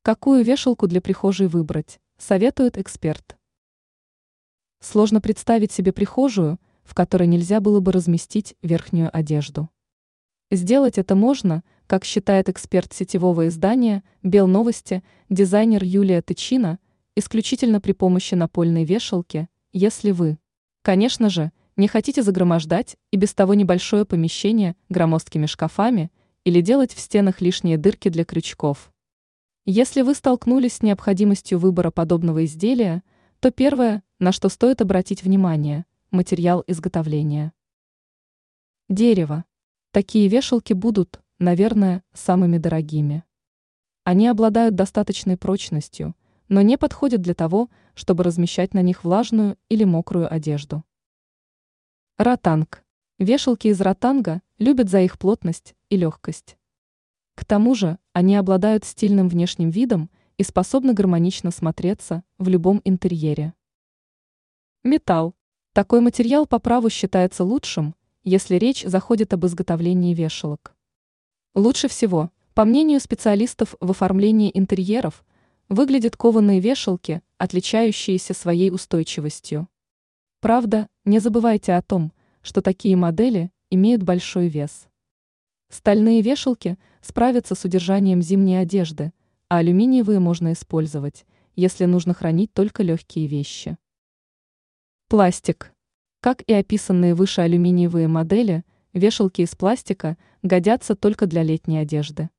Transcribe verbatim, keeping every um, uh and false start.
Какую вешалку для прихожей выбрать, советует эксперт. Сложно представить себе прихожую, в которой нельзя было бы разместить верхнюю одежду. Сделать это можно, как считает эксперт сетевого издания «Белновости», дизайнер Юлия Тычина, исключительно при помощи напольной вешалки, если вы, конечно же, не хотите загромождать и без того небольшое помещение громоздкими шкафами или делать в стенах лишние дырки для крючков. Если вы столкнулись с необходимостью выбора подобного изделия, то первое, на что стоит обратить внимание – материал изготовления. Дерево. Такие вешалки будут, наверное, самыми дорогими. Они обладают достаточной прочностью, но не подходят для того, чтобы размещать на них влажную или мокрую одежду. Ротанг. Вешалки из ротанга любят за их плотность и легкость. К тому же они обладают стильным внешним видом и способны гармонично смотреться в любом интерьере. Металл. Такой материал по праву считается лучшим, если речь заходит об изготовлении вешалок. Лучше всего, по мнению специалистов в оформлении интерьеров, выглядят кованые вешалки, отличающиеся своей устойчивостью. Правда, не забывайте о том, что такие модели имеют большой вес. Стальные вешалки справятся с удержанием зимней одежды, а алюминиевые можно использовать, если нужно хранить только легкие вещи. Пластик. Как и описанные выше алюминиевые модели, вешалки из пластика годятся только для летней одежды.